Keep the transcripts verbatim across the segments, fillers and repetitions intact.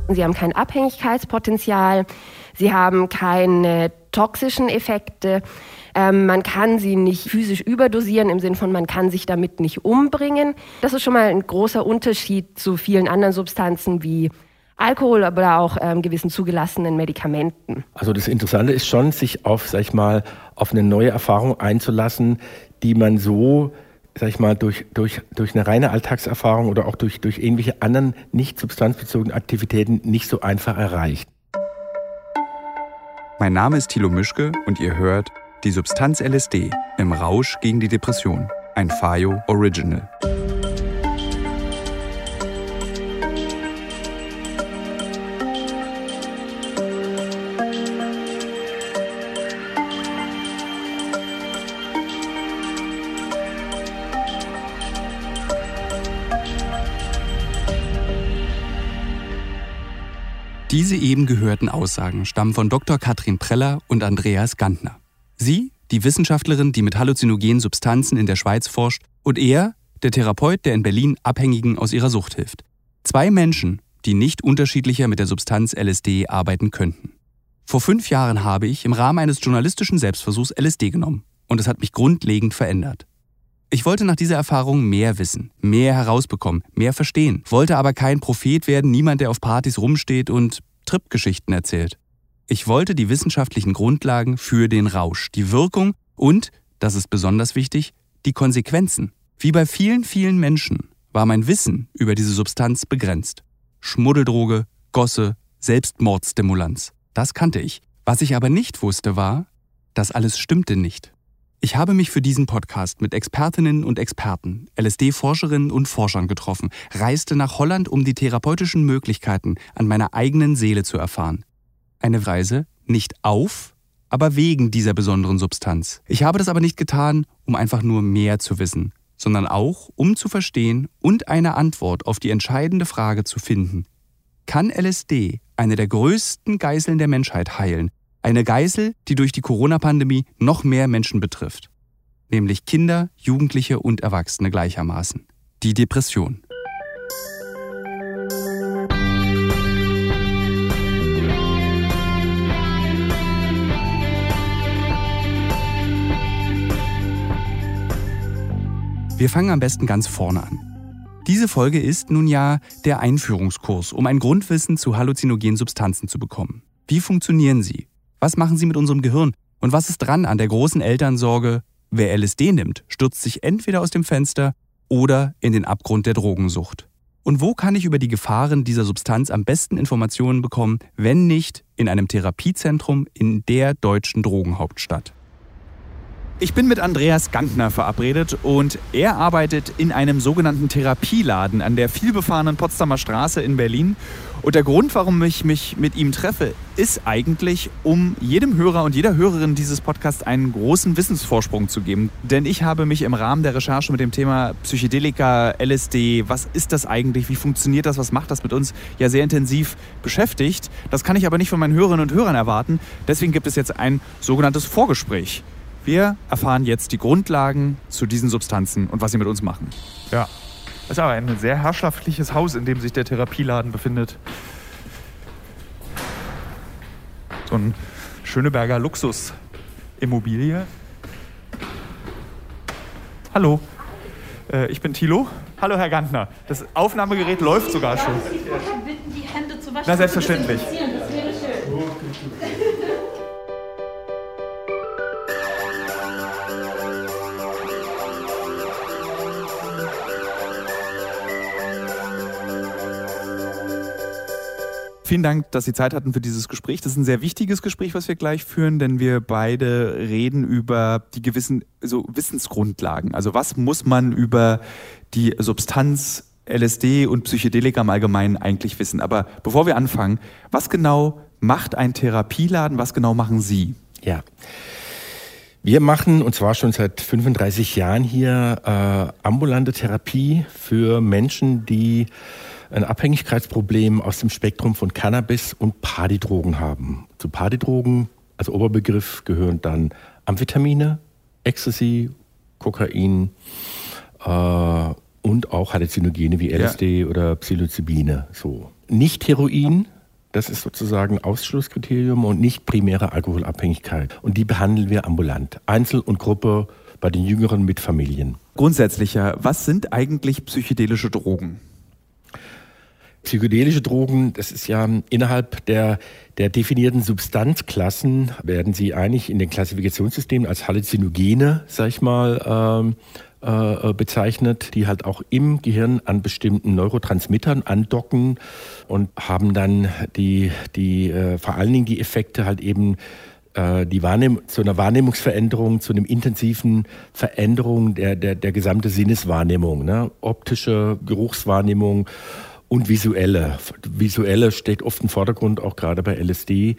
Sie haben kein Abhängigkeitspotenzial, sie haben keine toxischen Effekte. Ähm, man kann sie nicht physisch überdosieren, im Sinne von, man kann sich damit nicht umbringen. Das ist schon mal ein großer Unterschied zu vielen anderen Substanzen wie Alkohol, aber auch ähm, gewissen zugelassenen Medikamenten. Also das Interessante ist schon, sich auf, sag ich mal, auf eine neue Erfahrung einzulassen, die man so, sag ich mal, durch, durch, durch eine reine Alltagserfahrung oder auch durch, durch irgendwelche anderen nicht substanzbezogenen Aktivitäten nicht so einfach erreicht. Mein Name ist Thilo Mischke und ihr hört die Substanz L S D im Rausch gegen die Depression, ein Fayo Original. Diese eben gehörten Aussagen stammen von Doktor Katrin Preller und Andreas Gantner. Sie, die Wissenschaftlerin, die mit halluzinogenen Substanzen in der Schweiz forscht, und er, der Therapeut, der in Berlin Abhängigen aus ihrer Sucht hilft. Zwei Menschen, die nicht unterschiedlicher mit der Substanz L S D arbeiten könnten. Vor fünf Jahren habe ich im Rahmen eines journalistischen Selbstversuchs L S D genommen und es hat mich grundlegend verändert. Ich wollte nach dieser Erfahrung mehr wissen, mehr herausbekommen, mehr verstehen, wollte aber kein Prophet werden, niemand, der auf Partys rumsteht und Trip-Geschichten erzählt. Ich wollte die wissenschaftlichen Grundlagen für den Rausch, die Wirkung und, das ist besonders wichtig, die Konsequenzen. Wie bei vielen, vielen Menschen war mein Wissen über diese Substanz begrenzt. Schmuddeldroge, Gosse, Selbstmordstimulanz. Das kannte ich. Was ich aber nicht wusste war, das alles stimmte nicht. Ich habe mich für diesen Podcast mit Expertinnen und Experten, L S D-Forscherinnen und Forschern getroffen, reiste nach Holland, um die therapeutischen Möglichkeiten an meiner eigenen Seele zu erfahren. Eine Reise nicht auf, aber wegen dieser besonderen Substanz. Ich habe das aber nicht getan, um einfach nur mehr zu wissen, sondern auch, um zu verstehen und eine Antwort auf die entscheidende Frage zu finden. Kann L S D eine der größten Geißeln der Menschheit heilen? Eine Geißel, die durch die Corona-Pandemie noch mehr Menschen betrifft. Nämlich Kinder, Jugendliche und Erwachsene gleichermaßen. Die Depression. Wir fangen am besten ganz vorne an. Diese Folge ist nun ja der Einführungskurs, um ein Grundwissen zu halluzinogenen Substanzen zu bekommen. Wie funktionieren sie? Was machen sie mit unserem Gehirn? Und was ist dran an der großen Elternsorge? Wer L S D nimmt, stürzt sich entweder aus dem Fenster oder in den Abgrund der Drogensucht. Und wo kann ich über die Gefahren dieser Substanz am besten Informationen bekommen, wenn nicht in einem Therapiezentrum in der deutschen Drogenhauptstadt? Ich bin mit Andreas Gantner verabredet und er arbeitet in einem sogenannten Therapieladen an der vielbefahrenen Potsdamer Straße in Berlin. Und der Grund, warum ich mich mit ihm treffe, ist eigentlich, um jedem Hörer und jeder Hörerin dieses Podcasts einen großen Wissensvorsprung zu geben. Denn ich habe mich im Rahmen der Recherche mit dem Thema Psychedelika, L S D, was ist das eigentlich, wie funktioniert das, was macht das mit uns, ja sehr intensiv beschäftigt. Das kann ich aber nicht von meinen Hörerinnen und Hörern erwarten. Deswegen gibt es jetzt ein sogenanntes Vorgespräch. Wir erfahren jetzt die Grundlagen zu diesen Substanzen und was sie mit uns machen. Ja, das ist aber ein sehr herrschaftliches Haus, in dem sich der Therapieladen befindet. So ein Schöneberger Luxusimmobilie. Hallo, äh, ich bin Thilo. Hallo, Herr Gantner. Das Aufnahmegerät läuft sogar schon. Darf ich Sie vorher bitten, die Hände zu waschen? Na, selbstverständlich. Das wäre schön. Vielen Dank, dass Sie Zeit hatten für dieses Gespräch. Das ist ein sehr wichtiges Gespräch, was wir gleich führen, denn wir beide reden über die gewissen so Wissensgrundlagen. Also was muss man über die Substanz L S D und Psychedelika im Allgemeinen eigentlich wissen? Aber bevor wir anfangen, was genau macht ein Therapieladen? Was genau machen Sie? Ja, wir machen, und zwar schon seit fünfunddreißig Jahren hier, äh, ambulante Therapie für Menschen, die ein Abhängigkeitsproblem aus dem Spektrum von Cannabis und Partydrogen haben. Zu Partydrogen als Oberbegriff gehören dann Amphetamine, Ecstasy, Kokain äh, und auch Halluzinogene wie L S D ja. oder Psilocybine. So. Nicht Heroin, Das ist sozusagen Ausschlusskriterium und nicht primäre Alkoholabhängigkeit. Und die behandeln wir ambulant. Einzel und Gruppe, bei den Jüngeren mit Familien. Grundsätzlicher, was sind eigentlich psychedelische Drogen? Psychedelische Drogen, das ist ja innerhalb der, der definierten Substanzklassen, werden sie eigentlich in den Klassifikationssystemen als Halluzinogene, sag ich mal, äh, äh, bezeichnet, die halt auch im Gehirn an bestimmten Neurotransmittern andocken und haben dann die, die äh, vor allen Dingen die Effekte halt eben die Wahrnehm- zu einer Wahrnehmungsveränderung, zu einem intensiven Veränderung der, der, der gesamten Sinneswahrnehmung, ne? Optische, Geruchswahrnehmung und visuelle. Visuelle steht oft im Vordergrund, auch gerade bei L S D.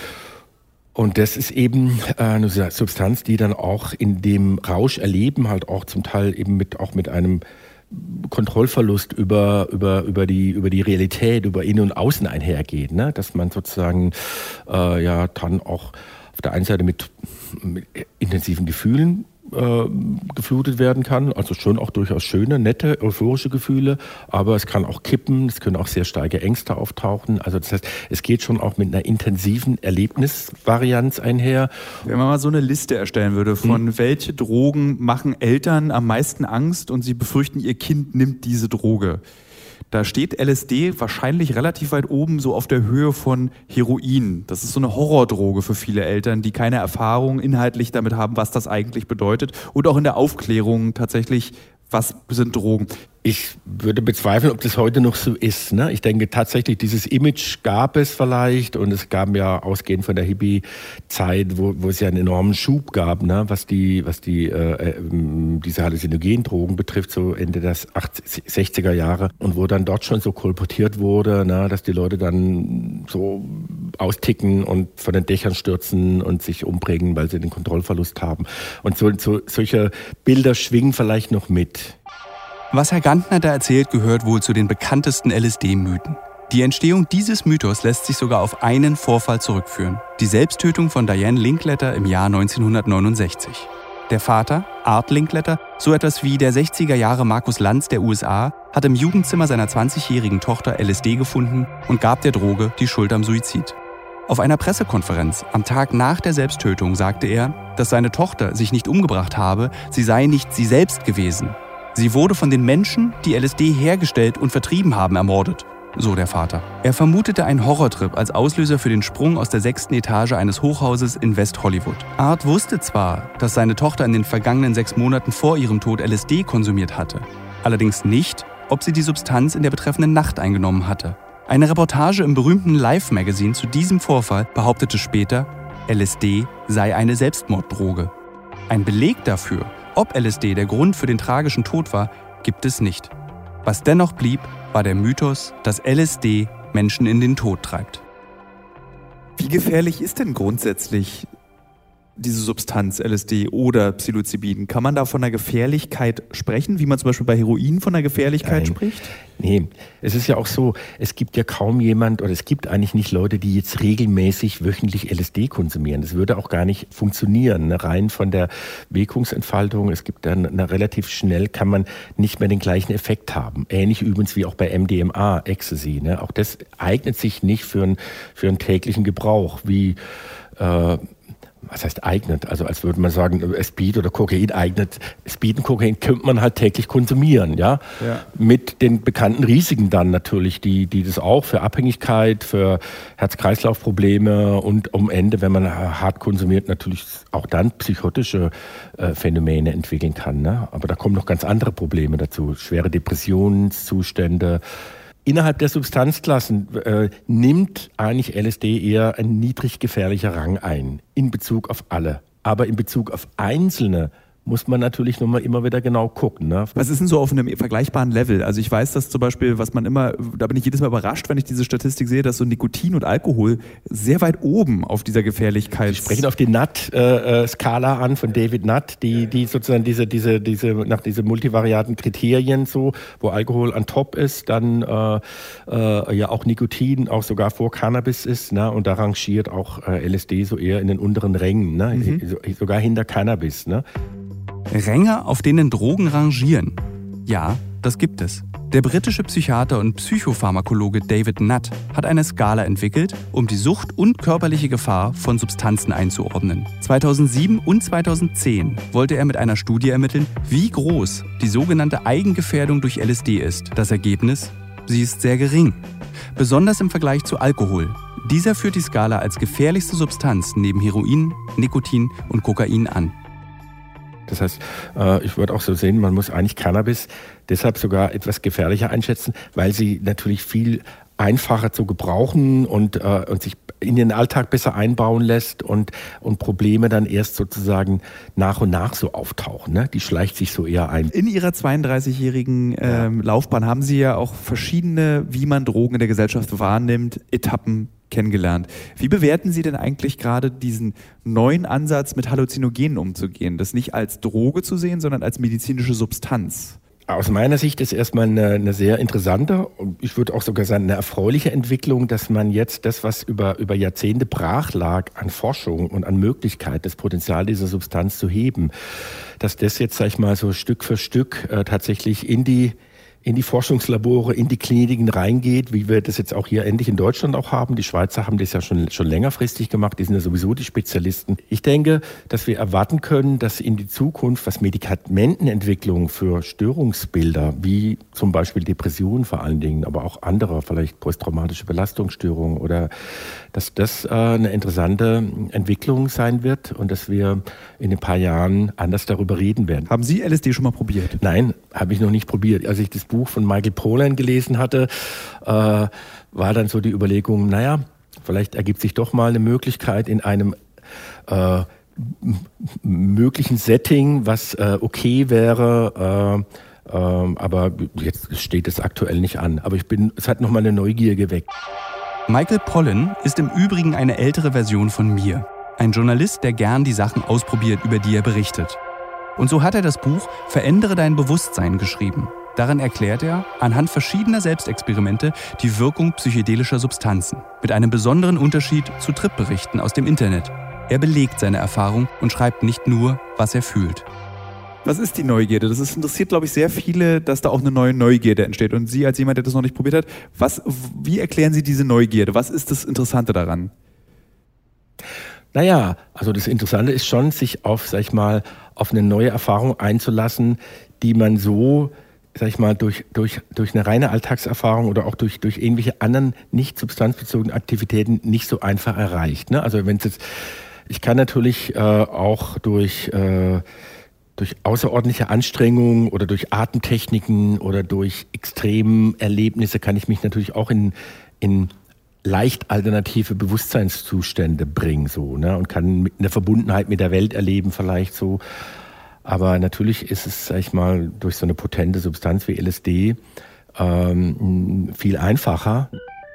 Und das ist eben eine Substanz, die dann auch in dem Rauscherleben halt auch zum Teil eben mit, auch mit einem Kontrollverlust über, über, über, die, über die Realität, über Innen und Außen einhergeht, ne? Dass man sozusagen äh, ja dann auch auf der einen Seite mit, mit intensiven Gefühlen äh, geflutet werden kann, also schon auch durchaus schöne, nette, euphorische Gefühle, aber es kann auch kippen, es können auch sehr starke Ängste auftauchen. Also das heißt, es geht schon auch mit einer intensiven Erlebnisvarianz einher. Wenn man mal so eine Liste erstellen würde von hm. welche Drogen machen Eltern am meisten Angst und sie befürchten, ihr Kind nimmt diese Droge. Da steht L S D wahrscheinlich relativ weit oben, so auf der Höhe von Heroin. Das ist so eine Horrordroge für viele Eltern, die keine Erfahrung inhaltlich damit haben, was das eigentlich bedeutet. Und auch in der Aufklärung tatsächlich, was sind Drogen? Ich würde bezweifeln, ob das heute noch so ist. Ne? Ich denke tatsächlich, dieses Image gab es vielleicht und es gab ja ausgehend von der Hippie-Zeit, wo, wo es ja einen enormen Schub gab, ne? was die, was die äh, diese Halluzinogenen-Drogen betrifft, so Ende der sechziger Jahre und wo dann dort schon so kolportiert wurde, ne? dass die Leute dann so austicken und von den Dächern stürzen und sich umbringen, weil sie den Kontrollverlust haben. Und so, so solche Bilder schwingen vielleicht noch mit. Was Herr Gantner da erzählt, gehört wohl zu den bekanntesten L S D-Mythen. Die Entstehung dieses Mythos lässt sich sogar auf einen Vorfall zurückführen: die Selbsttötung von Diane Linkletter im Jahr neunzehnhundertneunundsechzig. Der Vater, Art Linkletter, so etwas wie der sechziger Jahre Markus Lanz der U S A, hat im Jugendzimmer seiner zwanzigjährigen Tochter L S D gefunden und gab der Droge die Schuld am Suizid. Auf einer Pressekonferenz am Tag nach der Selbsttötung sagte er, dass seine Tochter sich nicht umgebracht habe, sie sei nicht sie selbst gewesen. Sie wurde von den Menschen, die L S D hergestellt und vertrieben haben, ermordet, so der Vater. Er vermutete einen Horrortrip als Auslöser für den Sprung aus der sechsten Etage eines Hochhauses in West Hollywood. Art wusste zwar, dass seine Tochter in den vergangenen sechs Monaten vor ihrem Tod L S D konsumiert hatte, allerdings nicht, ob sie die Substanz in der betreffenden Nacht eingenommen hatte. Eine Reportage im berühmten Life Magazine zu diesem Vorfall behauptete später, L S D sei eine Selbstmorddroge. Ein Beleg dafür, ob L S D der Grund für den tragischen Tod war, gibt es nicht. Was dennoch blieb, war der Mythos, dass L S D Menschen in den Tod treibt. Wie gefährlich ist denn grundsätzlich diese Substanz L S D oder Psilocybin? Kann man da von einer Gefährlichkeit sprechen, wie man zum Beispiel bei Heroin von einer Gefährlichkeit Nein. spricht? Nee, es ist ja auch so, es gibt ja kaum jemand oder es gibt eigentlich nicht Leute, die jetzt regelmäßig wöchentlich L S D konsumieren. Das würde auch gar nicht funktionieren, ne? Rein von der Wirkungsentfaltung. Es gibt dann eine, relativ schnell, kann man nicht mehr den gleichen Effekt haben. Ähnlich übrigens wie auch bei M D M A, Ecstasy. Ne? Auch das eignet sich nicht für, ein, für einen täglichen Gebrauch, wie äh, was heißt eignet? Also als würde man sagen, Speed oder Kokain eignet. Speed und Kokain könnte man halt täglich konsumieren, ja? Ja. Mit den bekannten Risiken dann natürlich, die, die das auch für Abhängigkeit, für Herz-Kreislauf-Probleme und am Ende, wenn man hart konsumiert, natürlich auch dann psychotische äh, Phänomene entwickeln kann. Ne? Aber da kommen noch ganz andere Probleme dazu. Schwere Depressionszustände. Innerhalb der Substanzklassen äh, nimmt eigentlich L S D eher ein niedrig gefährlicher Rang ein, in Bezug auf alle. Aber in Bezug auf einzelne muss man natürlich nochmal immer wieder genau gucken. Ne? Was ist denn so auf einem vergleichbaren Level? Also ich weiß, dass zum Beispiel, was man immer, da bin ich jedes Mal überrascht, wenn ich diese Statistik sehe, dass so Nikotin und Alkohol sehr weit oben auf dieser Gefährlichkeit. Sie sprechen auf die Nutt-Skala an von David Nutt, die, die sozusagen diese, diese, diese, nach diesen multivariaten Kriterien so, wo Alkohol an top ist, dann äh, äh, ja auch Nikotin auch sogar vor Cannabis ist, ne? Und da rangiert auch äh, L S D so eher in den unteren Rängen, ne? Mhm. so, sogar hinter Cannabis. Ne? Ränge, auf denen Drogen rangieren. Ja, das gibt es. Der britische Psychiater und Psychopharmakologe David Nutt hat eine Skala entwickelt, um die Sucht und körperliche Gefahr von Substanzen einzuordnen. zweitausendsieben und zweitausendzehn wollte er mit einer Studie ermitteln, wie groß die sogenannte Eigengefährdung durch L S D ist. Das Ergebnis? Sie ist sehr gering. Besonders im Vergleich zu Alkohol. Dieser führt die Skala als gefährlichste Substanz neben Heroin, Nikotin und Kokain an. Das heißt, ich würde auch so sehen, man muss eigentlich Cannabis deshalb sogar etwas gefährlicher einschätzen, weil sie natürlich viel einfacher zu gebrauchen und, und sich in den Alltag besser einbauen lässt und, und Probleme dann erst sozusagen nach und nach so auftauchen. Ne? Die schleicht sich so eher ein. In Ihrer zweiunddreißigjährigen ähm, Laufbahn haben Sie ja auch verschiedene, wie man Drogen in der Gesellschaft wahrnimmt, Etappen kennengelernt. Wie bewerten Sie denn eigentlich gerade diesen neuen Ansatz, mit Halluzinogenen umzugehen? Das nicht als Droge zu sehen, sondern als medizinische Substanz? Aus meiner Sicht ist erstmal eine, eine sehr interessante und ich würde auch sogar sagen, eine erfreuliche Entwicklung, dass man jetzt das, was über, über Jahrzehnte brach lag an Forschung und an Möglichkeit, das Potenzial dieser Substanz zu heben, dass das jetzt, sag ich mal, so Stück für Stück äh, tatsächlich in die in die Forschungslabore, in die Kliniken reingeht, wie wir das jetzt auch hier endlich in Deutschland auch haben. Die Schweizer haben das ja schon, schon längerfristig gemacht, die sind ja sowieso die Spezialisten. Ich denke, dass wir erwarten können, dass in die Zukunft, was Medikamentenentwicklung für Störungsbilder, wie zum Beispiel Depressionen vor allen Dingen, aber auch andere, vielleicht posttraumatische Belastungsstörungen, oder dass das äh, eine interessante Entwicklung sein wird und dass wir in ein paar Jahren anders darüber reden werden. Haben Sie L S D schon mal probiert? Nein, habe ich noch nicht probiert. Als ich das Buch von Michael Pollan gelesen hatte, äh, war dann so die Überlegung, naja, vielleicht ergibt sich doch mal eine Möglichkeit in einem äh, möglichen Setting, was äh, okay wäre, äh, äh, aber jetzt steht es aktuell nicht an. Aber ich bin, es hat nochmal eine Neugier geweckt. Michael Pollan ist im Übrigen eine ältere Version von mir. Ein Journalist, der gern die Sachen ausprobiert, über die er berichtet. Und so hat er das Buch Verändere dein Bewusstsein geschrieben. Darin erklärt er anhand verschiedener Selbstexperimente die Wirkung psychedelischer Substanzen. Mit einem besonderen Unterschied zu Trip-Berichten aus dem Internet. Er belegt seine Erfahrung und schreibt nicht nur, was er fühlt. Was ist die Neugierde? Das ist, interessiert, glaube ich, sehr viele, dass da auch eine neue Neugierde entsteht. Und Sie als jemand, der das noch nicht probiert hat, was, wie erklären Sie diese Neugierde? Was ist das Interessante daran? Naja, also das Interessante ist schon, sich auf, sag ich mal, auf eine neue Erfahrung einzulassen, die man so, sag ich mal, durch, durch, durch eine reine Alltagserfahrung oder auch durch, durch irgendwelche anderen nicht substanzbezogenen Aktivitäten nicht so einfach erreicht. Ne? Also wenn es jetzt, ich kann natürlich äh, auch durch, äh, durch außerordentliche Anstrengungen oder durch Atemtechniken oder durch extreme Erlebnisse kann ich mich natürlich auch in, in leicht alternative Bewusstseinszustände bringen, so, ne, und kann eine Verbundenheit mit der Welt erleben, vielleicht so. Aber natürlich ist es, sag ich mal, durch so eine potente Substanz wie L S D ähm, viel einfacher.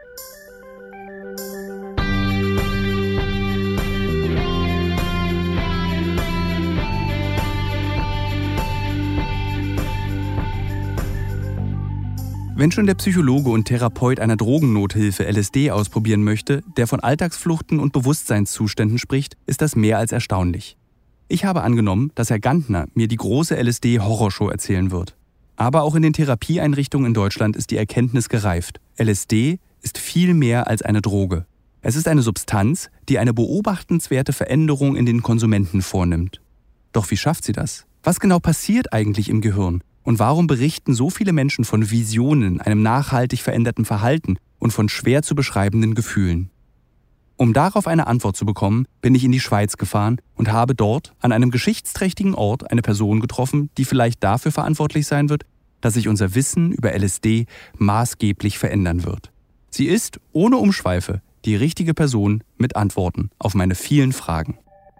Wenn schon der Psychologe und Therapeut einer Drogennothilfe L S D ausprobieren möchte, der von Alltagsfluchten und Bewusstseinszuständen spricht, ist das mehr als erstaunlich. Ich habe angenommen, dass Herr Gantner mir die große L S D-Horrorshow erzählen wird. Aber auch in den Therapieeinrichtungen in Deutschland ist die Erkenntnis gereift. L S D ist viel mehr als eine Droge. Es ist eine Substanz, die eine beobachtenswerte Veränderung in den Konsumenten vornimmt. Doch wie schafft sie das? Was genau passiert eigentlich im Gehirn? Und warum berichten so viele Menschen von Visionen, einem nachhaltig veränderten Verhalten und von schwer zu beschreibenden Gefühlen? Um darauf eine Antwort zu bekommen, bin ich in die Schweiz gefahren und habe dort an einem geschichtsträchtigen Ort eine Person getroffen, die vielleicht dafür verantwortlich sein wird, dass sich unser Wissen über L S D maßgeblich verändern wird. Sie ist, ohne Umschweife, die richtige Person mit Antworten auf meine vielen Fragen.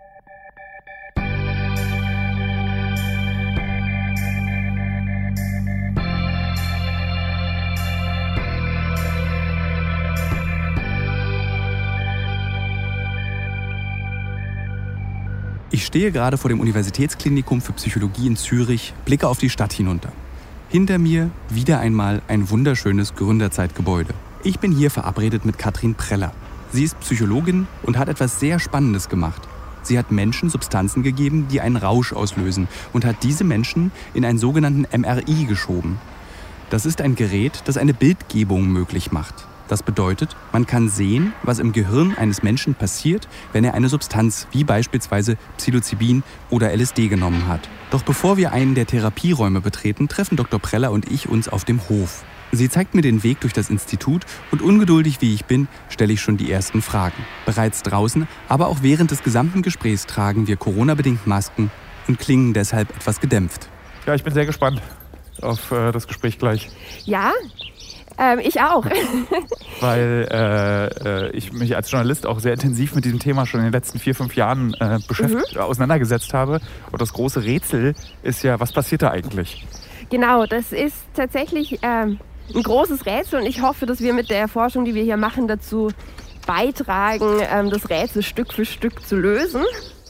Ich stehe gerade vor dem Universitätsklinikum für Psychologie in Zürich, blicke auf die Stadt hinunter. Hinter mir wieder einmal ein wunderschönes Gründerzeitgebäude. Ich bin hier verabredet mit Katrin Preller. Sie ist Psychologin und hat etwas sehr Spannendes gemacht. Sie hat Menschen Substanzen gegeben, die einen Rausch auslösen und hat diese Menschen in einen sogenannten M R I geschoben. Das ist ein Gerät, das eine Bildgebung möglich macht. Das bedeutet, man kann sehen, was im Gehirn eines Menschen passiert, wenn er eine Substanz wie beispielsweise Psilocybin oder L S D genommen hat. Doch bevor wir einen der Therapieräume betreten, treffen Doktor Preller und ich uns auf dem Hof. Sie zeigt mir den Weg durch das Institut und ungeduldig wie ich bin, stelle ich schon die ersten Fragen. Bereits draußen, aber auch während des gesamten Gesprächs tragen wir Corona-bedingt Masken und klingen deshalb etwas gedämpft. Ja, ich bin sehr gespannt auf äh, das Gespräch gleich. Ja, ähm, ich auch. Weil äh, äh, ich mich als Journalist auch sehr intensiv mit diesem Thema schon in den letzten vier, fünf Jahren äh, beschäftigt, mhm. auseinandergesetzt habe. Und das große Rätsel ist ja, was passiert da eigentlich? Genau, das ist tatsächlich ähm, ein großes Rätsel und ich hoffe, dass wir mit der Forschung, die wir hier machen, dazu beitragen, ähm, das Rätsel Stück für Stück zu lösen.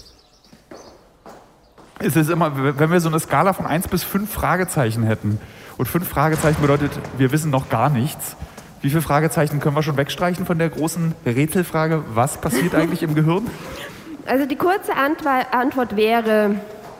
Es ist immer, wenn wir so eine Skala von eins bis fünf Fragezeichen hätten und fünf Fragezeichen bedeutet, wir wissen noch gar nichts. Wie viele Fragezeichen können wir schon wegstreichen von der großen Rätselfrage, was passiert eigentlich im Gehirn? Also die kurze Antwort wäre,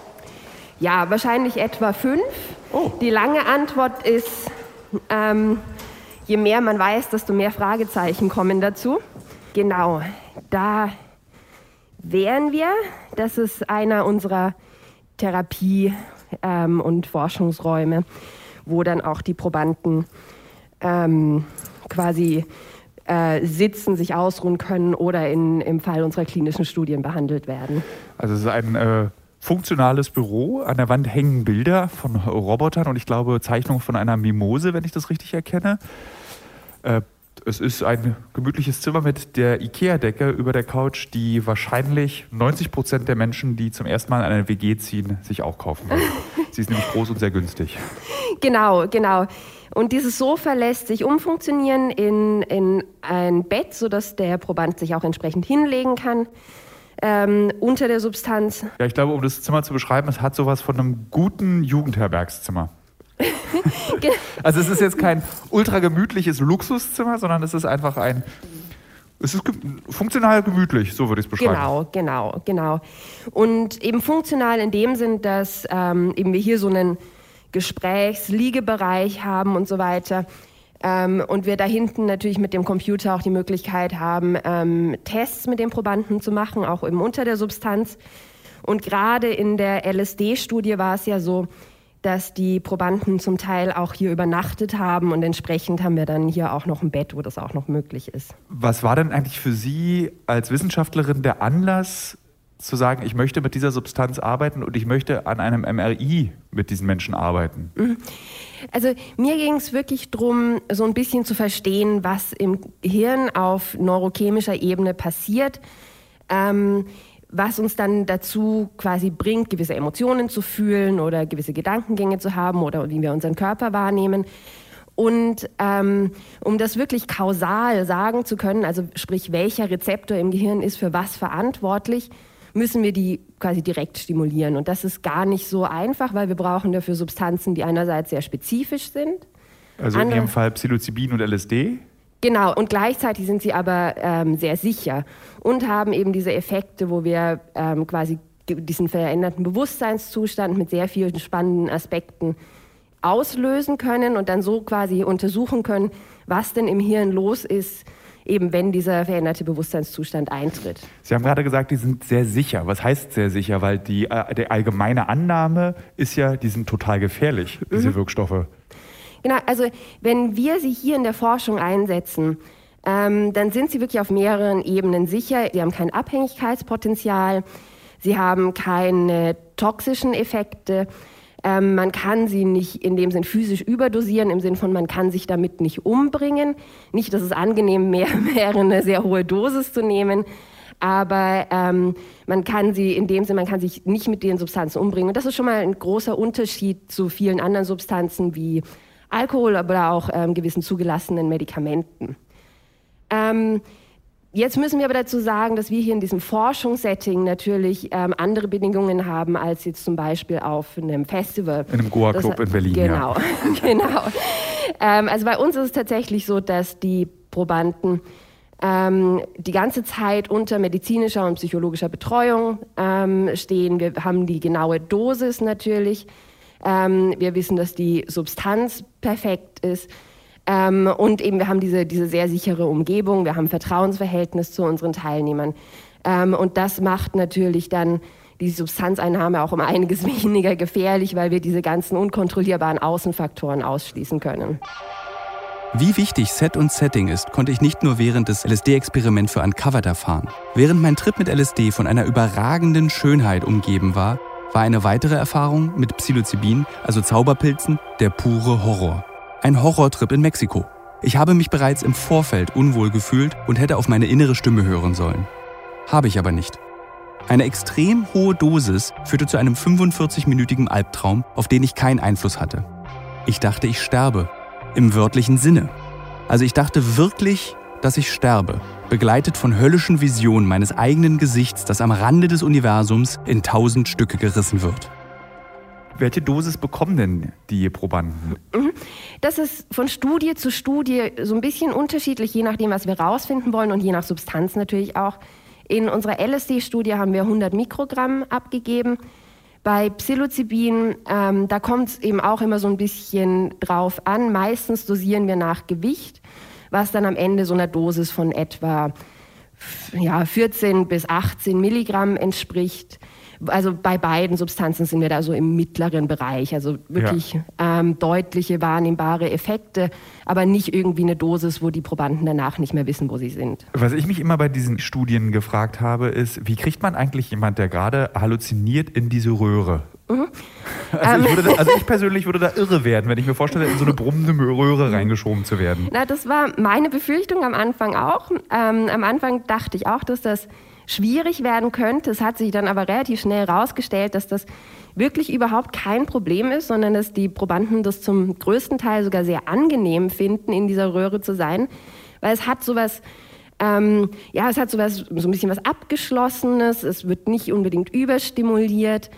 ja, wahrscheinlich etwa fünf. Oh. Die lange Antwort ist, ähm, je mehr man weiß, desto mehr Fragezeichen kommen dazu. Genau, da wären wir. Das ist einer unserer Therapie- ähm, und Forschungsräume, wo dann auch die Probanden ähm, quasi äh, sitzen, sich ausruhen können oder in, im Fall unserer klinischen Studien behandelt werden. Also es ist ein äh, funktionales Büro. An der Wand hängen Bilder von Robotern und ich glaube Zeichnungen von einer Mimose, wenn ich das richtig erkenne. Äh, Es ist ein gemütliches Zimmer mit der Ikea-Decke über der Couch, die wahrscheinlich neunzig Prozent der Menschen, die zum ersten Mal in eine W G ziehen, sich auch kaufen werden. Sie ist nämlich groß und sehr günstig. Genau, genau. Und dieses Sofa lässt sich umfunktionieren in, in ein Bett, sodass der Proband sich auch entsprechend hinlegen kann ähm, unter der Substanz. Ja, ich glaube, um das Zimmer zu beschreiben, es hat sowas von einem guten Jugendherbergszimmer. Also es ist jetzt kein ultra gemütliches Luxuszimmer, sondern es ist einfach ein, es ist ge- funktional gemütlich, so würde ich es beschreiben. Genau, genau, genau. Und eben funktional in dem Sinn, dass ähm, eben wir hier so einen Gesprächsliegebereich haben und so weiter. Ähm, und wir da hinten natürlich mit dem Computer auch die Möglichkeit haben, ähm, Tests mit den Probanden zu machen, auch eben unter der Substanz. Und gerade in der L S D-Studie war es ja so, dass die Probanden zum Teil auch hier übernachtet haben und entsprechend haben wir dann hier auch noch ein Bett, wo das auch noch möglich ist. Was war denn eigentlich für Sie als Wissenschaftlerin der Anlass, zu sagen, ich möchte mit dieser Substanz arbeiten und ich möchte an einem M R I mit diesen Menschen arbeiten? Also mir ging es wirklich darum, so ein bisschen zu verstehen, was im Hirn auf neurochemischer Ebene passiert, ähm, was uns dann dazu quasi bringt, gewisse Emotionen zu fühlen oder gewisse Gedankengänge zu haben oder wie wir unseren Körper wahrnehmen. Und ähm, um das wirklich kausal sagen zu können, also sprich, welcher Rezeptor im Gehirn ist für was verantwortlich, müssen wir die quasi direkt stimulieren. Und das ist gar nicht so einfach, weil wir brauchen dafür Substanzen, die einerseits sehr spezifisch sind. Also in Ihrem Fall Psilocybin und L S D? Genau, und gleichzeitig sind sie aber ähm, sehr sicher und haben eben diese Effekte, wo wir ähm, quasi diesen veränderten Bewusstseinszustand mit sehr vielen spannenden Aspekten auslösen können und dann so quasi untersuchen können, was denn im Hirn los ist, eben wenn dieser veränderte Bewusstseinszustand eintritt. Sie haben gerade gesagt, die sind sehr sicher. Was heißt sehr sicher? Weil die, äh, die allgemeine Annahme ist ja, die sind total gefährlich, diese mhm. Wirkstoffe. Genau, also wenn wir sie hier in der Forschung einsetzen, ähm, dann sind sie wirklich auf mehreren Ebenen sicher. Sie haben kein Abhängigkeitspotenzial, sie haben keine toxischen Effekte. Ähm, man kann sie nicht in dem Sinn physisch überdosieren, im Sinn von, man kann sich damit nicht umbringen. Nicht, dass es angenehm mehr wäre, eine sehr hohe Dosis zu nehmen, aber ähm, man kann sie in dem Sinn, man kann sich nicht mit den Substanzen umbringen. Und das ist schon mal ein großer Unterschied zu vielen anderen Substanzen wie Alkohol, aber auch ähm, gewissen zugelassenen Medikamenten. Ähm, jetzt müssen wir aber dazu sagen, dass wir hier in diesem Forschungssetting natürlich ähm, andere Bedingungen haben als jetzt zum Beispiel auf einem Festival. In einem Goa-Club in Berlin, genau, ja. Genau. Ähm, also bei uns ist es tatsächlich so, dass die Probanden ähm, die ganze Zeit unter medizinischer und psychologischer Betreuung ähm, stehen. Wir haben die genaue Dosis natürlich. Ähm, wir wissen, dass die Substanz perfekt ist. Ähm, und eben wir haben diese, diese sehr sichere Umgebung, wir haben ein Vertrauensverhältnis zu unseren Teilnehmern. Ähm, und das macht natürlich dann die Substanzeinnahme auch um einiges weniger gefährlich, weil wir diese ganzen unkontrollierbaren Außenfaktoren ausschließen können. Wie wichtig Set und Setting ist, konnte ich nicht nur während des L S D-Experiments für Uncovered erfahren. Während mein Trip mit L S D von einer überragenden Schönheit umgeben war, war eine weitere Erfahrung mit Psilocybin, also Zauberpilzen, der pure Horror. Ein Horrortrip in Mexiko. Ich habe mich bereits im Vorfeld unwohl gefühlt und hätte auf meine innere Stimme hören sollen. Habe ich aber nicht. Eine extrem hohe Dosis führte zu einem fünfundvierzig-minütigen Albtraum, auf den ich keinen Einfluss hatte. Ich dachte, ich sterbe. Im wörtlichen Sinne. Also ich dachte wirklich, dass ich sterbe. Begleitet von höllischen Visionen meines eigenen Gesichts, das am Rande des Universums in tausend Stücke gerissen wird. Welche Dosis bekommen denn die Probanden? Das ist von Studie zu Studie so ein bisschen unterschiedlich, je nachdem, was wir rausfinden wollen und je nach Substanz natürlich auch. In unserer L S D-Studie haben wir hundert Mikrogramm abgegeben. Bei Psilocybin, ähm, da kommt es eben auch immer so ein bisschen drauf an. Meistens dosieren wir nach Gewicht, was dann am Ende so einer Dosis von etwa ja, vierzehn bis achtzehn Milligramm entspricht. Also bei beiden Substanzen sind wir da so im mittleren Bereich, also wirklich ja. ähm, deutliche wahrnehmbare Effekte, aber nicht irgendwie eine Dosis, wo die Probanden danach nicht mehr wissen, wo sie sind. Was ich mich immer bei diesen Studien gefragt habe, ist, wie kriegt man eigentlich jemand, der gerade halluziniert, in diese Röhre? Mhm. Also, ich würde da, also ich persönlich würde da irre werden, wenn ich mir vorstelle, in so eine brummende Röhre reingeschoben zu werden. Na, das war meine Befürchtung am Anfang auch. Ähm, am Anfang dachte ich auch, dass das schwierig werden könnte. Es hat sich dann aber relativ schnell herausgestellt, dass das wirklich überhaupt kein Problem ist, sondern dass die Probanden das zum größten Teil sogar sehr angenehm finden, in dieser Röhre zu sein, weil es hat sowas, ähm, ja, es hat sowas, so ein bisschen was Abgeschlossenes, es wird nicht unbedingt überstimuliert.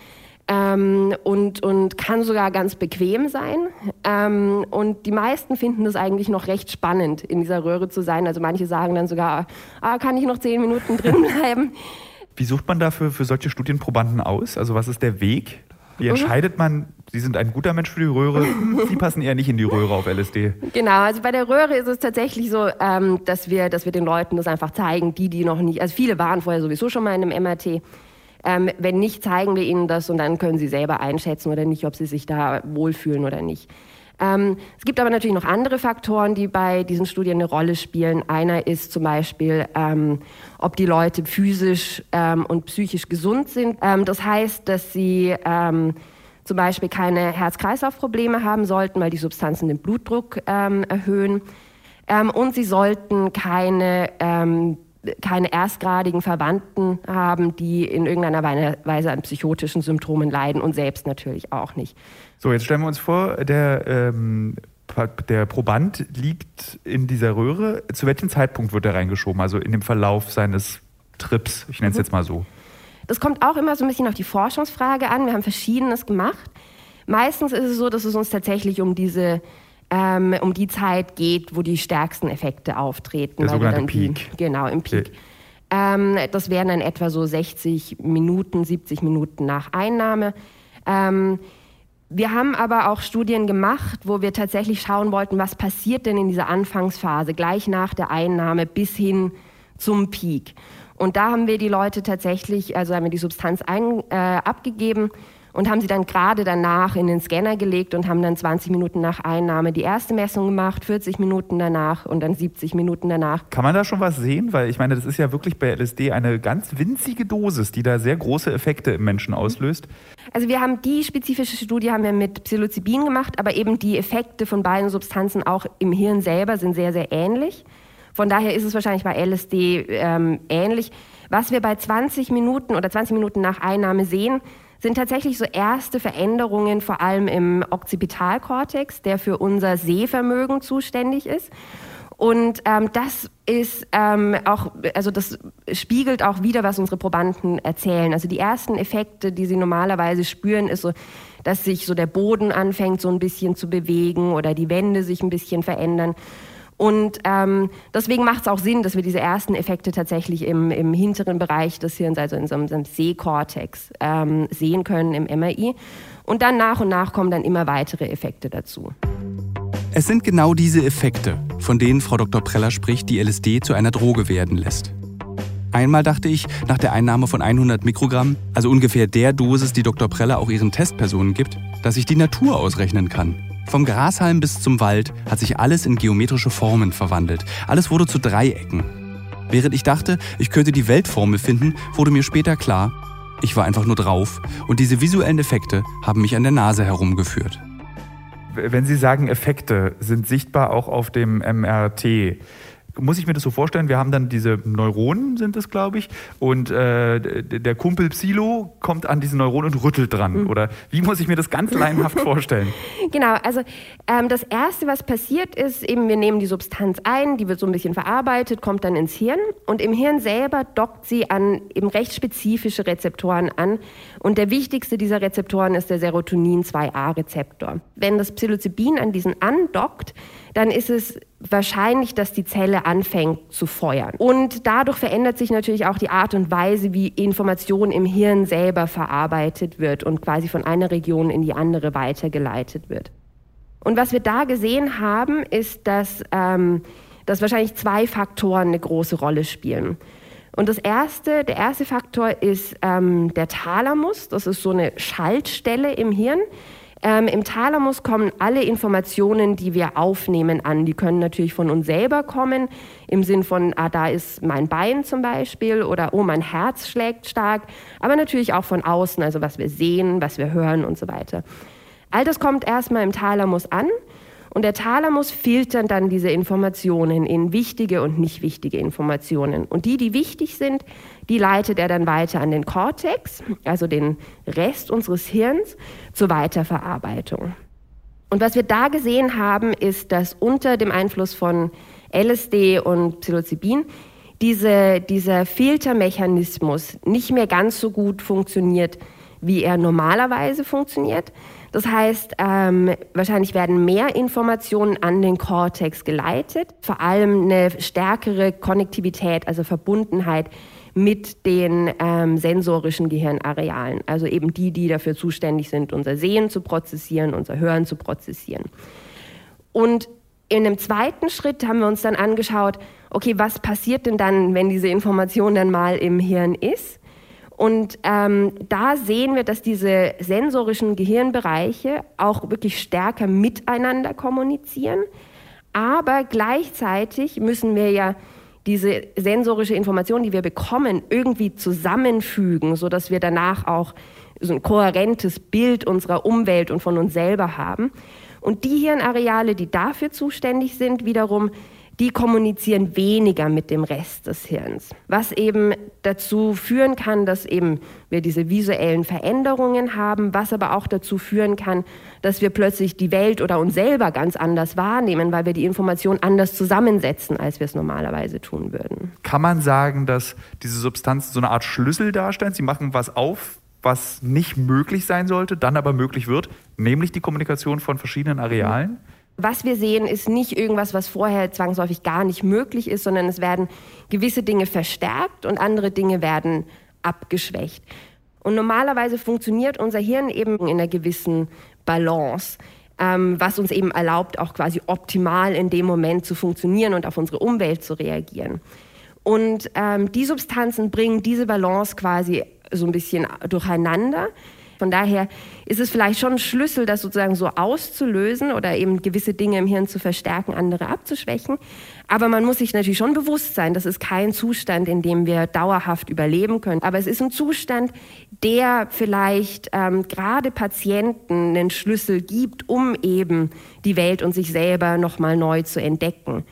Ähm, und, und kann sogar ganz bequem sein. Ähm, und die meisten finden das eigentlich noch recht spannend, in dieser Röhre zu sein. Also manche sagen dann sogar, ah, kann ich noch zehn Minuten drin bleiben? Wie sucht man dafür für solche Studienprobanden aus? Also was ist der Weg? Wie entscheidet man, Sie sind ein guter Mensch für die Röhre, Sie passen eher nicht in die Röhre auf L S D? Genau, also bei der Röhre ist es tatsächlich so, ähm, dass wir, dass wir den Leuten das einfach zeigen, die, die noch nicht, also viele waren vorher sowieso schon mal in einem M R T. Ähm, wenn nicht, zeigen wir ihnen das und dann können sie selber einschätzen oder nicht, ob sie sich da wohlfühlen oder nicht. Ähm, es gibt aber natürlich noch andere Faktoren, die bei diesen Studien eine Rolle spielen. Einer ist zum Beispiel, ähm, ob die Leute physisch ähm, und psychisch gesund sind. Ähm, das heißt, dass sie ähm, zum Beispiel keine Herz-Kreislauf-Probleme haben sollten, weil die Substanzen den Blutdruck ähm, erhöhen. Ähm, und sie sollten keine ähm, keine erstgradigen Verwandten haben, die in irgendeiner Weise an psychotischen Symptomen leiden und selbst natürlich auch nicht. So, jetzt stellen wir uns vor, der, ähm, der Proband liegt in dieser Röhre. Zu welchem Zeitpunkt wird er reingeschoben? Also in dem Verlauf seines Trips, ich nenne es mhm. jetzt mal so. Das kommt auch immer so ein bisschen auf die Forschungsfrage an. Wir haben Verschiedenes gemacht. Meistens ist es so, dass es uns tatsächlich um diese Ähm, um die Zeit geht, wo die stärksten Effekte auftreten. Der sogenannte die, Peak. Genau, im Peak. Ja. Ähm, das wären dann etwa so sechzig Minuten, siebzig Minuten nach Einnahme. Ähm, wir haben aber auch Studien gemacht, wo wir tatsächlich schauen wollten, was passiert denn in dieser Anfangsphase, gleich nach der Einnahme bis hin zum Peak. Und da haben wir die Leute tatsächlich, also haben wir die Substanz ein, äh, abgegeben, und haben sie dann gerade danach in den Scanner gelegt und haben dann zwanzig Minuten nach Einnahme die erste Messung gemacht, vierzig Minuten danach und dann siebzig Minuten danach. Kann man da schon was sehen? Weil ich meine, das ist ja wirklich bei L S D eine ganz winzige Dosis, die da sehr große Effekte im Menschen auslöst. Also wir haben die spezifische Studie haben wir mit Psilocybin gemacht, aber eben die Effekte von beiden Substanzen auch im Hirn selber sind sehr, sehr ähnlich. Von daher ist es wahrscheinlich bei L S D ähm, ähnlich. Was wir bei zwanzig Minuten oder zwanzig Minuten nach Einnahme sehen, sind tatsächlich so erste Veränderungen, vor allem im Occipitalkortex, der für unser Sehvermögen zuständig ist. Und ähm, das ist ähm, auch, also das spiegelt auch wider, was unsere Probanden erzählen. Also die ersten Effekte, die sie normalerweise spüren, ist so, dass sich so der Boden anfängt so ein bisschen zu bewegen oder die Wände sich ein bisschen verändern. Und ähm, deswegen macht es auch Sinn, dass wir diese ersten Effekte tatsächlich im, im hinteren Bereich des Hirns, also in so einem, so einem Sehkortex, ähm, sehen können im M R I. Und dann nach und nach kommen dann immer weitere Effekte dazu. Es sind genau diese Effekte, von denen Frau Doktor Preller spricht, die L S D zu einer Droge werden lässt. Einmal dachte ich, nach der Einnahme von hundert Mikrogramm, also ungefähr der Dosis, die Doktor Preller auch ihren Testpersonen gibt, dass ich die Natur ausrechnen kann. Vom Grashalm bis zum Wald hat sich alles in geometrische Formen verwandelt. Alles wurde zu Dreiecken. Während ich dachte, ich könnte die Weltformel finden, wurde mir später klar, ich war einfach nur drauf und diese visuellen Effekte haben mich an der Nase herumgeführt. Wenn Sie sagen, Effekte sind sichtbar auch auf dem M R T, muss ich mir das so vorstellen, wir haben dann diese Neuronen, sind es, glaube ich, und äh, der Kumpel Psilo kommt an diese Neuronen und rüttelt dran. Mhm. Oder wie muss ich mir das ganz laienhaft vorstellen? Genau, also ähm, das Erste, was passiert ist, eben wir nehmen die Substanz ein, die wird so ein bisschen verarbeitet, kommt dann ins Hirn und im Hirn selber dockt sie an eben recht spezifische Rezeptoren an und der wichtigste dieser Rezeptoren ist der Serotonin zwei A Rezeptor. Wenn das Psilocybin an diesen andockt, dann ist es wahrscheinlich, dass die Zelle anfängt zu feuern. Und dadurch verändert sich natürlich auch die Art und Weise, wie Information im Hirn selber verarbeitet wird und quasi von einer Region in die andere weitergeleitet wird. Und was wir da gesehen haben, ist, dass, ähm, dass wahrscheinlich zwei Faktoren eine große Rolle spielen. Und das erste, der erste Faktor ist ähm, der Thalamus. Das ist so eine Schaltstelle im Hirn. Ähm, Im Thalamus kommen alle Informationen, die wir aufnehmen, an. Die können natürlich von uns selber kommen, im Sinn von, ah, da ist mein Bein zum Beispiel oder oh, mein Herz schlägt stark, aber natürlich auch von außen, also was wir sehen, was wir hören und so weiter. All das kommt erstmal im Thalamus an und der Thalamus filtert dann diese Informationen in wichtige und nicht wichtige Informationen. Und die, die wichtig sind, die leitet er dann weiter an den Kortex, also den Rest unseres Hirns, zur Weiterverarbeitung. Und was wir da gesehen haben, ist, dass unter dem Einfluss von L S D und Psilocybin diese, dieser Filtermechanismus nicht mehr ganz so gut funktioniert, wie er normalerweise funktioniert. Das heißt, ähm, wahrscheinlich werden mehr Informationen an den Kortex geleitet, vor allem eine stärkere Konnektivität, also Verbundenheit mit den ähm, sensorischen Gehirnarealen, also eben die, die dafür zuständig sind, unser Sehen zu prozessieren, unser Hören zu prozessieren. Und in einem zweiten Schritt haben wir uns dann angeschaut, okay, was passiert denn dann, wenn diese Information dann mal im Hirn ist? Und ähm, da sehen wir, dass diese sensorischen Gehirnbereiche auch wirklich stärker miteinander kommunizieren. Aber gleichzeitig müssen wir ja diese sensorische Information, die wir bekommen, irgendwie zusammenfügen, sodass wir danach auch so ein kohärentes Bild unserer Umwelt und von uns selber haben. Und die Hirnareale, die dafür zuständig sind, wiederum, die kommunizieren weniger mit dem Rest des Hirns, was eben dazu führen kann, dass eben wir diese visuellen Veränderungen haben, was aber auch dazu führen kann, dass wir plötzlich die Welt oder uns selber ganz anders wahrnehmen, weil wir die Information anders zusammensetzen, als wir es normalerweise tun würden. Kann man sagen, dass diese Substanzen so eine Art Schlüssel darstellen? Sie machen was auf, was nicht möglich sein sollte, dann aber möglich wird, nämlich die Kommunikation von verschiedenen Arealen? Was wir sehen, ist nicht irgendwas, was vorher zwangsläufig gar nicht möglich ist, sondern es werden gewisse Dinge verstärkt und andere Dinge werden abgeschwächt. Und normalerweise funktioniert unser Hirn eben in einer gewissen Balance, ähm, was uns eben erlaubt, auch quasi optimal in dem Moment zu funktionieren und auf unsere Umwelt zu reagieren. Und ähm, die Substanzen bringen diese Balance quasi so ein bisschen durcheinander. Von daher ist es vielleicht schon ein Schlüssel, das sozusagen so auszulösen oder eben gewisse Dinge im Hirn zu verstärken, andere abzuschwächen. Aber man muss sich natürlich schon bewusst sein, das ist kein Zustand, in dem wir dauerhaft überleben können. Aber es ist ein Zustand, der vielleicht ähm, gerade Patienten einen Schlüssel gibt, um eben die Welt und sich selber nochmal neu zu entdecken.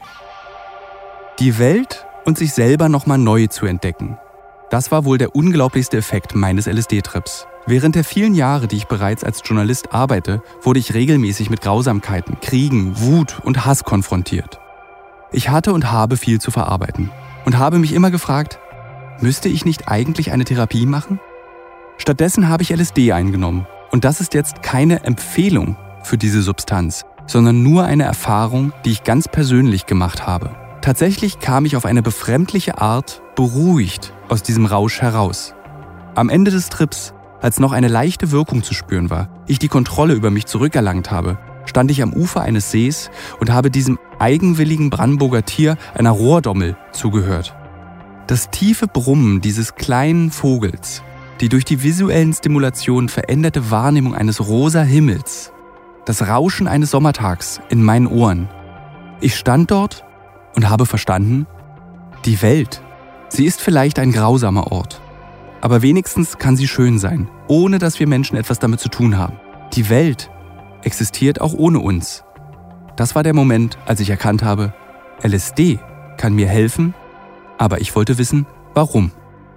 Die Welt und sich selber nochmal neu zu entdecken. Das war wohl der unglaublichste Effekt meines L S D-Trips. Während der vielen Jahre, die ich bereits als Journalist arbeite, wurde ich regelmäßig mit Grausamkeiten, Kriegen, Wut und Hass konfrontiert. Ich hatte und habe viel zu verarbeiten und habe mich immer gefragt, müsste ich nicht eigentlich eine Therapie machen? Stattdessen habe ich L S D eingenommen und das ist jetzt keine Empfehlung für diese Substanz, sondern nur eine Erfahrung, die ich ganz persönlich gemacht habe. Tatsächlich kam ich auf eine befremdliche Art beruhigt aus diesem Rausch heraus. Am Ende des Trips Als noch eine leichte Wirkung zu spüren war, ich die Kontrolle über mich zurückerlangt habe, stand ich am Ufer eines Sees und habe diesem eigenwilligen Brandenburger Tier, einer Rohrdommel, zugehört. Das tiefe Brummen dieses kleinen Vogels, die durch die visuellen Stimulationen veränderte Wahrnehmung eines rosa Himmels, das Rauschen eines Sommertags in meinen Ohren. Ich stand dort und habe verstanden, die Welt, sie ist vielleicht ein grausamer Ort. Aber wenigstens kann sie schön sein, ohne dass wir Menschen etwas damit zu tun haben. Die Welt existiert auch ohne uns. Das war der Moment, als ich erkannt habe, L S D kann mir helfen, aber ich wollte wissen, warum.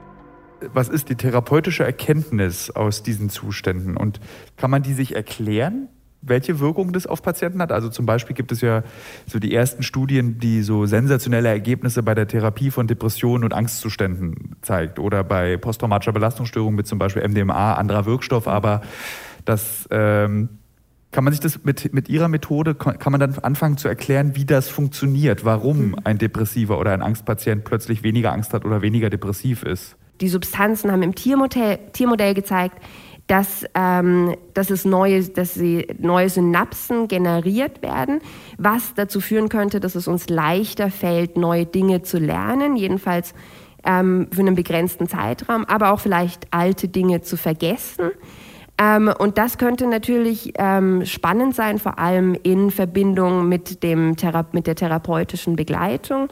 Was ist die therapeutische Erkenntnis aus diesen Zuständen? Und kann man die sich erklären, welche Wirkung das auf Patienten hat? Also zum Beispiel gibt es ja so die ersten Studien, die so sensationelle Ergebnisse bei der Therapie von Depressionen und Angstzuständen zeigt. Oder bei posttraumatischer Belastungsstörung mit zum Beispiel M D M A, anderer Wirkstoff. Aber das ähm, kann man sich das mit, mit Ihrer Methode, kann man dann anfangen zu erklären, wie das funktioniert? Warum ein Depressiver oder ein Angstpatient plötzlich weniger Angst hat oder weniger depressiv ist? Die Substanzen haben im Tiermodell, Tiermodell gezeigt, dass, ähm, dass, es neue, dass sie neue Synapsen generiert werden, was dazu führen könnte, dass es uns leichter fällt, neue Dinge zu lernen, jedenfalls ähm, für einen begrenzten Zeitraum, aber auch vielleicht alte Dinge zu vergessen. Ähm, und das könnte natürlich ähm, spannend sein, vor allem in Verbindung mit, dem Thera- mit der therapeutischen Begleitung.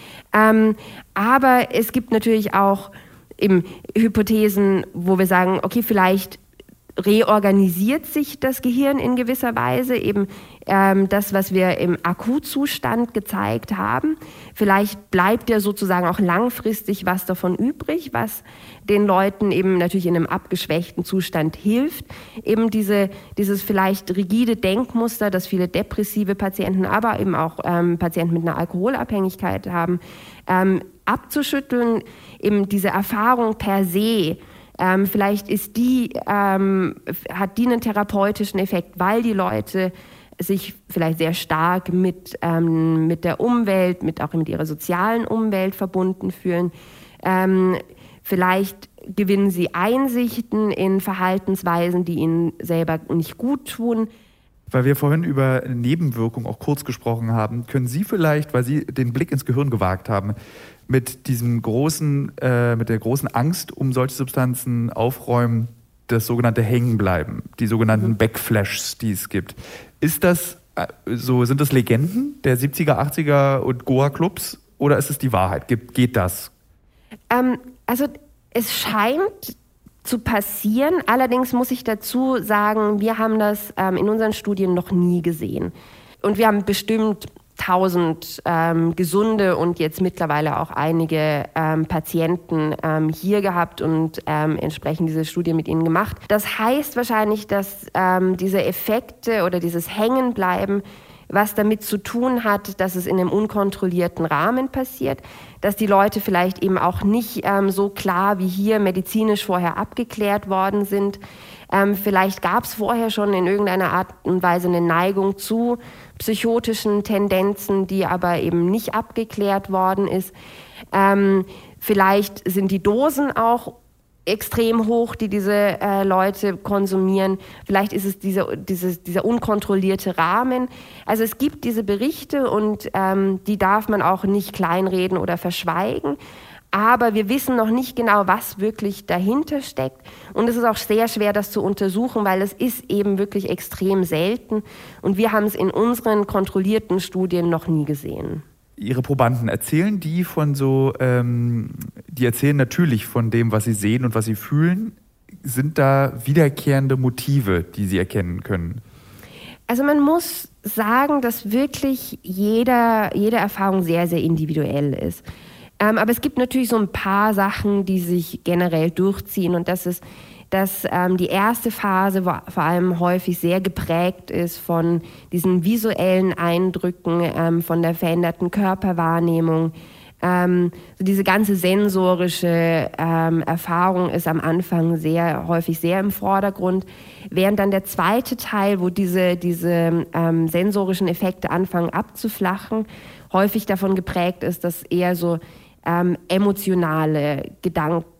Ähm, aber es gibt natürlich auch eben Hypothesen, wo wir sagen, okay, vielleicht reorganisiert sich das Gehirn in gewisser Weise, eben ähm, das, was wir im Akutzustand gezeigt haben. Vielleicht bleibt ja sozusagen auch langfristig was davon übrig, was den Leuten eben natürlich in einem abgeschwächten Zustand hilft, eben diese, dieses vielleicht rigide Denkmuster, das viele depressive Patienten, aber eben auch ähm, Patienten mit einer Alkoholabhängigkeit haben, ähm, abzuschütteln, eben diese Erfahrung per se. Ähm, vielleicht ist die, ähm, hat die einen therapeutischen Effekt, weil die Leute sich vielleicht sehr stark mit, ähm, mit der Umwelt, mit auch mit ihrer sozialen Umwelt verbunden fühlen. Ähm, vielleicht gewinnen sie Einsichten in Verhaltensweisen, die ihnen selber nicht gut tun. Weil wir vorhin über Nebenwirkungen auch kurz gesprochen haben, können Sie vielleicht, weil Sie den Blick ins Gehirn gewagt haben, mit diesem großen, äh, mit der großen Angst um solche Substanzen aufräumen, das sogenannte Hängenbleiben, die sogenannten mhm. Backflashes, die es gibt. Ist das äh, so, sind das Legenden der siebziger, achtziger und Goa-Clubs oder ist es die Wahrheit? Geht, geht das? Ähm, also es scheint zu passieren. Allerdings muss ich dazu sagen, wir haben das ähm, in unseren Studien noch nie gesehen. Und wir haben bestimmt tausend ähm, gesunde und jetzt mittlerweile auch einige ähm, Patienten ähm, hier gehabt und ähm, entsprechend diese Studie mit ihnen gemacht. Das heißt wahrscheinlich, dass ähm, diese Effekte oder dieses Hängenbleiben was damit zu tun hat, dass es in einem unkontrollierten Rahmen passiert, dass die Leute vielleicht eben auch nicht ähm, so klar wie hier medizinisch vorher abgeklärt worden sind. Ähm, vielleicht gab es vorher schon in irgendeiner Art und Weise eine Neigung zu psychotischen Tendenzen, die aber eben nicht abgeklärt worden ist. Ähm, vielleicht sind die Dosen auch extrem hoch, die diese äh, Leute konsumieren. Vielleicht ist es diese, dieses, dieser unkontrollierte Rahmen. Also es gibt diese Berichte und ähm, die darf man auch nicht kleinreden oder verschweigen. Aber wir wissen noch nicht genau, was wirklich dahinter steckt. Und es ist auch sehr schwer, das zu untersuchen, weil es ist eben wirklich extrem selten. Und wir haben es in unseren kontrollierten Studien noch nie gesehen. Ihre Probanden, erzählen die von so, ähm, die erzählen natürlich von dem, was sie sehen und was sie fühlen. Sind da wiederkehrende Motive, die sie erkennen können? Also man muss sagen, dass wirklich jeder, jede Erfahrung sehr, sehr individuell ist. Ähm, aber es gibt natürlich so ein paar Sachen, die sich generell durchziehen. Und das ist, dass ähm, die erste Phase vor allem häufig sehr geprägt ist von diesen visuellen Eindrücken, ähm, von der veränderten Körperwahrnehmung. Ähm, so diese ganze sensorische ähm, Erfahrung ist am Anfang sehr häufig sehr im Vordergrund, während dann der zweite Teil, wo diese, diese ähm, sensorischen Effekte anfangen abzuflachen, häufig davon geprägt ist, dass eher so Ähm, emotionale Gedanken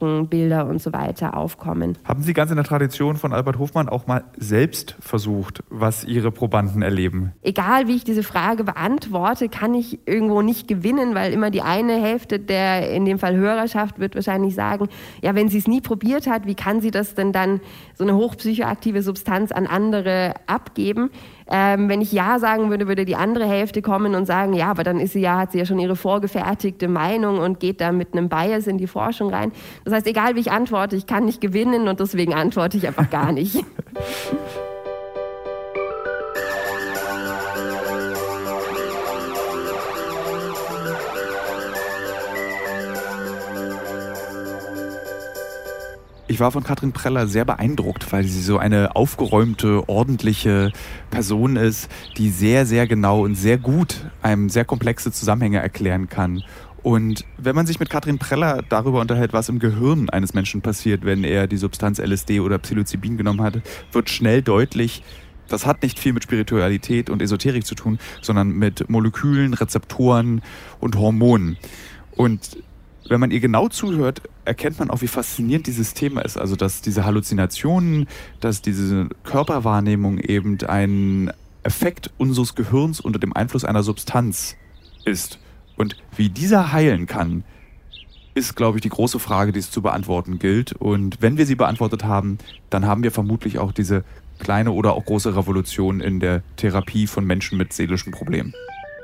Röntgenbilder und so weiter aufkommen. Haben Sie ganz in der Tradition von Albert Hofmann auch mal selbst versucht, was Ihre Probanden erleben? Egal, wie ich diese Frage beantworte, kann ich irgendwo nicht gewinnen, weil immer die eine Hälfte der, in dem Fall Hörerschaft, wird wahrscheinlich sagen, ja, wenn sie es nie probiert hat, wie kann sie das denn dann, so eine hochpsychoaktive Substanz, an andere abgeben? Ähm, wenn ich Ja sagen würde, würde die andere Hälfte kommen und sagen, ja, aber dann ist sie ja, hat sie ja schon ihre vorgefertigte Meinung und geht da mit einem Bias in die Forschung rein. Das heißt, egal wie ich antworte, ich kann nicht gewinnen und deswegen antworte ich einfach gar nicht. Ich war von Katrin Preller sehr beeindruckt, weil sie so eine aufgeräumte, ordentliche Person ist, die sehr, sehr genau und sehr gut einem sehr komplexe Zusammenhänge erklären kann. Und wenn man sich mit Katrin Preller darüber unterhält, was im Gehirn eines Menschen passiert, wenn er die Substanz L S D oder Psilocybin genommen hat, wird schnell deutlich, das hat nicht viel mit Spiritualität und Esoterik zu tun, sondern mit Molekülen, Rezeptoren und Hormonen. Und wenn man ihr genau zuhört, erkennt man auch, wie faszinierend dieses Thema ist. Also, dass diese Halluzinationen, dass diese Körperwahrnehmung eben ein Effekt unseres Gehirns unter dem Einfluss einer Substanz ist. Und wie dieser heilen kann, ist, glaube ich, die große Frage, die es zu beantworten gilt. Und wenn wir sie beantwortet haben, dann haben wir vermutlich auch diese kleine oder auch große Revolution in der Therapie von Menschen mit seelischen Problemen.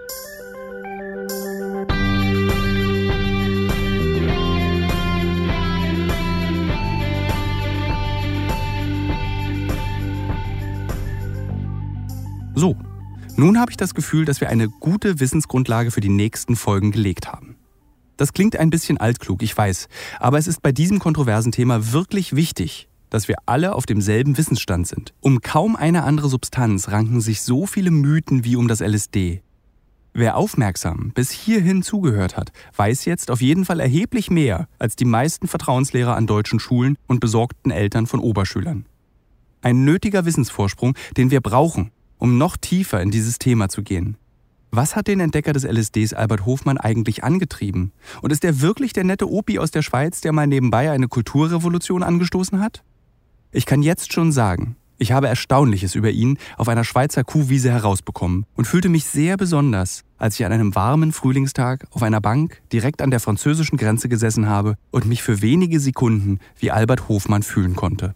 So, nun habe ich das Gefühl, dass wir eine gute Wissensgrundlage für die nächsten Folgen gelegt haben. Das klingt ein bisschen altklug, ich weiß, aber es ist bei diesem kontroversen Thema wirklich wichtig, dass wir alle auf demselben Wissensstand sind. Um kaum eine andere Substanz ranken sich so viele Mythen wie um das L S D. Wer aufmerksam bis hierhin zugehört hat, weiß jetzt auf jeden Fall erheblich mehr als die meisten Vertrauenslehrer an deutschen Schulen und besorgten Eltern von Oberschülern. Ein nötiger Wissensvorsprung, den wir brauchen, um noch tiefer in dieses Thema zu gehen. Was hat den Entdecker des L S Ds Albert Hofmann eigentlich angetrieben? Und ist er wirklich der nette Opi aus der Schweiz, der mal nebenbei eine Kulturrevolution angestoßen hat? Ich kann jetzt schon sagen, ich habe Erstaunliches über ihn auf einer Schweizer Kuhwiese herausbekommen und fühlte mich sehr besonders, als ich an einem warmen Frühlingstag auf einer Bank direkt an der französischen Grenze gesessen habe und mich für wenige Sekunden wie Albert Hofmann fühlen konnte.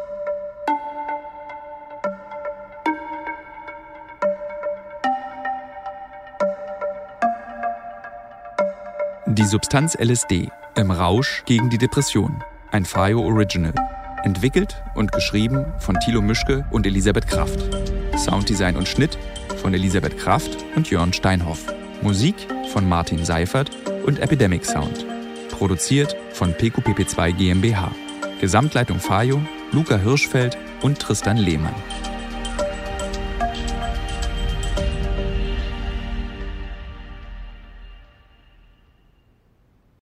Die Substanz L S D im Rausch gegen die Depression. Ein Fayo Original. Entwickelt und geschrieben von Thilo Mischke und Elisabeth Kraft. Sounddesign und Schnitt von Elisabeth Kraft und Jörn Steinhoff. Musik von Martin Seifert und Epidemic Sound. Produziert von P Q P P zwei GmbH. Gesamtleitung Fayo, Luca Hirschfeld und Tristan Lehmann.